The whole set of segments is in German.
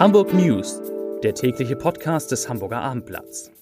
Hamburg News, der tägliche Podcast des Hamburger Abendblatts.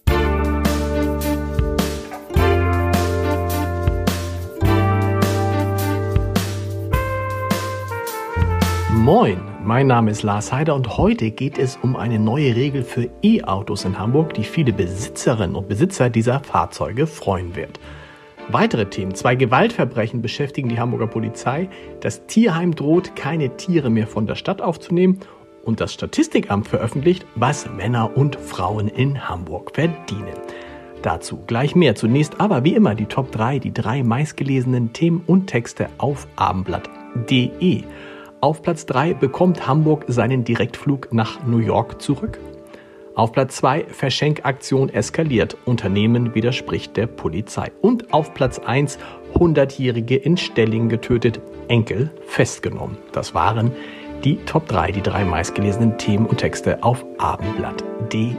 Moin, mein Name ist Lars Heider und heute geht es um eine neue Regel für E-Autos in Hamburg, die viele Besitzerinnen und Besitzer dieser Fahrzeuge freuen wird. Weitere Themen: 2 Gewaltverbrechen beschäftigen die Hamburger Polizei, das Tierheim droht, keine Tiere mehr von der Stadt aufzunehmen und das Statistikamt veröffentlicht, was Männer und Frauen in Hamburg verdienen. Dazu gleich mehr. Zunächst aber wie immer die Top 3, die 3 meistgelesenen Themen und Texte auf abendblatt.de. Auf Platz 3 bekommt Hamburg seinen Direktflug nach New York zurück. Auf Platz 2 Verschenkaktion eskaliert, Unternehmen widerspricht der Polizei. Und auf Platz 1 100-Jährige in Stellingen getötet, Enkel festgenommen. Das waren die Top 3, die 3 meistgelesenen Themen und Texte auf abendblatt.de.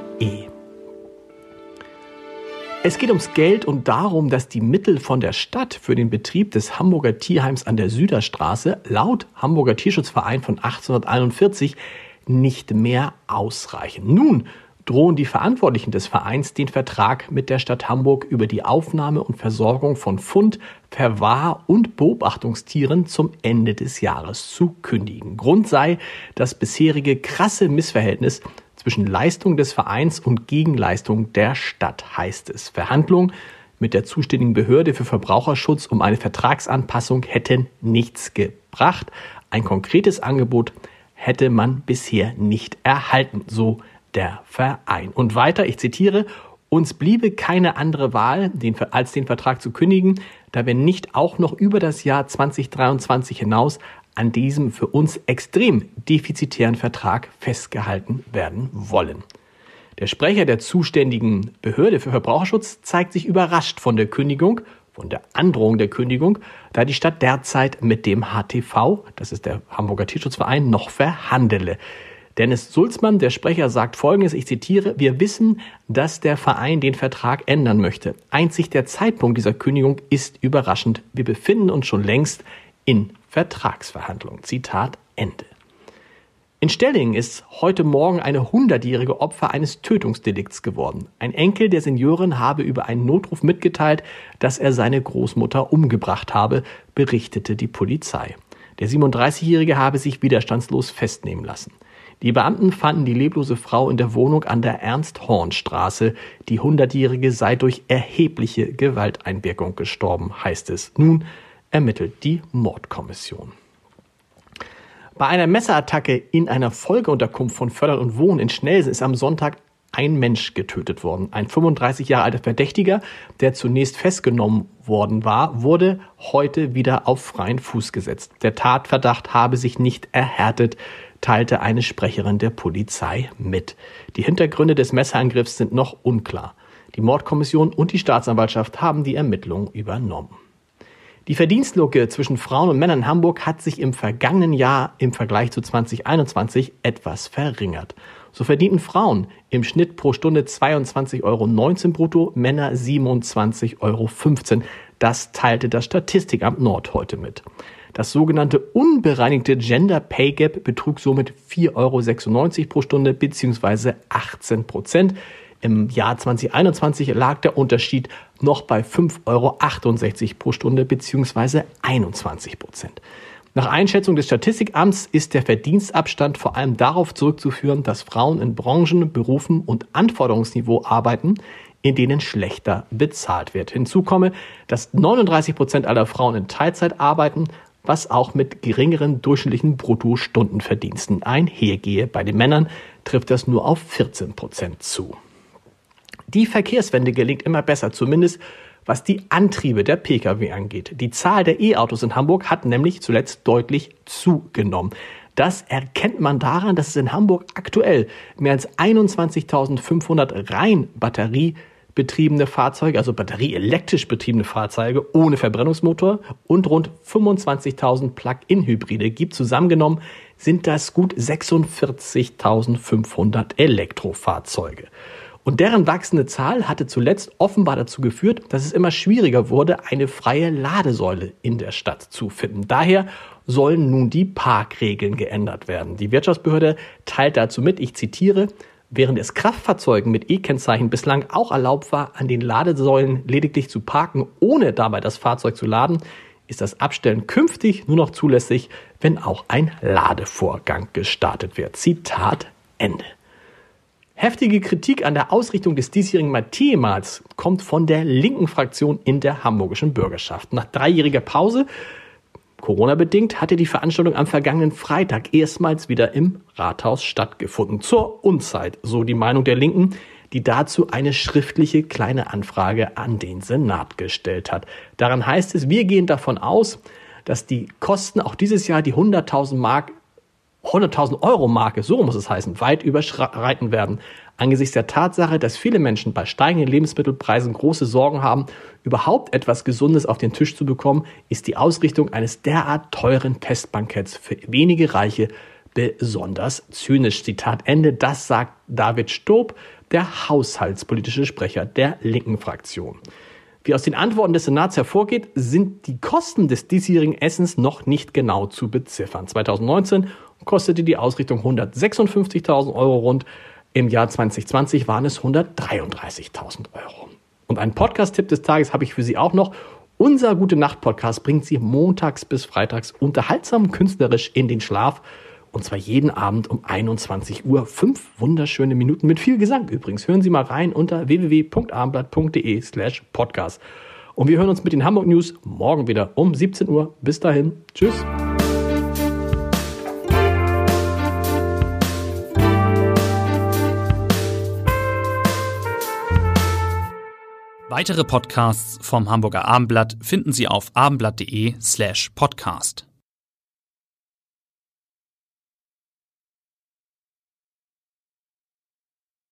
Es geht ums Geld und darum, dass die Mittel von der Stadt für den Betrieb des Hamburger Tierheims an der Süderstraße laut Hamburger Tierschutzverein von 1841 nicht mehr ausreichen. Nun drohen die Verantwortlichen des Vereins den Vertrag mit der Stadt Hamburg über die Aufnahme und Versorgung von Fund-, Verwahr- und Beobachtungstieren zum Ende des Jahres zu kündigen. Grund sei das bisherige krasse Missverhältnis zwischen Leistung des Vereins und Gegenleistung der Stadt, heißt es. Verhandlungen mit der zuständigen Behörde für Verbraucherschutz um eine Vertragsanpassung hätten nichts gebracht. Ein konkretes Angebot hätte man bisher nicht erhalten, so der Verein. Und weiter, ich zitiere: Uns bliebe keine andere Wahl, als den Vertrag zu kündigen, da wir nicht auch noch über das Jahr 2023 hinaus an diesem für uns extrem defizitären Vertrag festgehalten werden wollen. Der Sprecher der zuständigen Behörde für Verbraucherschutz zeigt sich überrascht von der Androhung der Kündigung, da die Stadt derzeit mit dem HTV, das ist der Hamburger Tierschutzverein, noch verhandele. Dennis Sulzmann, der Sprecher, sagt Folgendes, ich zitiere: Wir wissen, dass der Verein den Vertrag ändern möchte. Einzig der Zeitpunkt dieser Kündigung ist überraschend. Wir befinden uns schon längst in Vertragsverhandlungen. Zitat Ende. In Stellingen ist heute Morgen eine 100-jährige Opfer eines Tötungsdelikts geworden. Ein Enkel der Seniorin habe über einen Notruf mitgeteilt, dass er seine Großmutter umgebracht habe, berichtete die Polizei. Der 37-Jährige habe sich widerstandslos festnehmen lassen. Die Beamten fanden die leblose Frau in der Wohnung an der Ernst-Horn-Straße. Die 100-Jährige sei durch erhebliche Gewalteinwirkung gestorben, heißt es. Nun ermittelt die Mordkommission. Bei einer Messerattacke in einer Folgeunterkunft von Fördern und Wohnen in Schnelsen ist am Sonntag ein Mensch getötet worden. Ein 35 Jahre alter Verdächtiger, der zunächst festgenommen worden war, wurde heute wieder auf freien Fuß gesetzt. Der Tatverdacht habe sich nicht erhärtet, teilte eine Sprecherin der Polizei mit. Die Hintergründe des Messerangriffs sind noch unklar. Die Mordkommission und die Staatsanwaltschaft haben die Ermittlungen übernommen. Die Verdienstlücke zwischen Frauen und Männern in Hamburg hat sich im vergangenen Jahr im Vergleich zu 2021 etwas verringert. So verdienten Frauen im Schnitt pro Stunde 22,19 € brutto, Männer 27,15 €. Das teilte das Statistikamt Nord heute mit. Das sogenannte unbereinigte Gender Pay Gap betrug somit 4,96 € pro Stunde bzw. 18%. Im Jahr 2021 lag der Unterschied noch bei 5,68 € pro Stunde bzw. 21%. Nach Einschätzung des Statistikamts ist der Verdienstabstand vor allem darauf zurückzuführen, dass Frauen in Branchen, Berufen und Anforderungsniveau arbeiten, in denen schlechter bezahlt wird. Hinzu komme, dass 39% aller Frauen in Teilzeit arbeiten, was auch mit geringeren durchschnittlichen Bruttostundenverdiensten einhergehe. Bei den Männern trifft das nur auf 14% zu. Die Verkehrswende gelingt immer besser, zumindest was die Antriebe der Pkw angeht. Die Zahl der E-Autos in Hamburg hat nämlich zuletzt deutlich zugenommen. Das erkennt man daran, dass es in Hamburg aktuell mehr als 21.500 rein batteriebetriebene Fahrzeuge, also batterieelektrisch betriebene Fahrzeuge ohne Verbrennungsmotor und rund 25.000 Plug-in-Hybride gibt. Zusammengenommen sind das gut 46.500 Elektrofahrzeuge. Und deren wachsende Zahl hatte zuletzt offenbar dazu geführt, dass es immer schwieriger wurde, eine freie Ladesäule in der Stadt zu finden. Daher sollen nun die Parkregeln geändert werden. Die Wirtschaftsbehörde teilt dazu mit, ich zitiere, während es Kraftfahrzeugen mit E-Kennzeichen bislang auch erlaubt war, an den Ladesäulen lediglich zu parken, ohne dabei das Fahrzeug zu laden, ist das Abstellen künftig nur noch zulässig, wenn auch ein Ladevorgang gestartet wird. Zitat Ende. Heftige Kritik an der Ausrichtung des diesjährigen Matthäi-Markts kommt von der linken Fraktion in der hamburgischen Bürgerschaft. Nach 3-jähriger Pause, Corona-bedingt, hatte die Veranstaltung am vergangenen Freitag erstmals wieder im Rathaus stattgefunden. Zur Unzeit, so die Meinung der Linken, die dazu eine schriftliche kleine Anfrage an den Senat gestellt hat. Daran heißt es, wir gehen davon aus, dass die Kosten auch dieses Jahr die 100.000 Euro Marke, so muss es heißen, weit überschreiten werden. Angesichts der Tatsache, dass viele Menschen bei steigenden Lebensmittelpreisen große Sorgen haben, überhaupt etwas Gesundes auf den Tisch zu bekommen, ist die Ausrichtung eines derart teuren Festbanketts für wenige Reiche besonders zynisch. Zitat Ende, das sagt David Stob, der haushaltspolitische Sprecher der linken Fraktion. Wie aus den Antworten des Senats hervorgeht, sind die Kosten des diesjährigen Essens noch nicht genau zu beziffern. 2019 kostete die Ausrichtung 156.000 Euro rund. Im Jahr 2020 waren es 133.000 Euro. Und einen Podcast-Tipp des Tages habe ich für Sie auch noch. Unser Gute-Nacht-Podcast bringt Sie montags bis freitags unterhaltsam und künstlerisch in den Schlaf. Und zwar jeden Abend um 21 Uhr. 5 wunderschöne Minuten mit viel Gesang übrigens. Hören Sie mal rein unter www.abendblatt.de/podcast. Und wir hören uns mit den Hamburg News morgen wieder um 17 Uhr. Bis dahin. Tschüss. Weitere Podcasts vom Hamburger Abendblatt finden Sie auf abendblatt.de/podcast.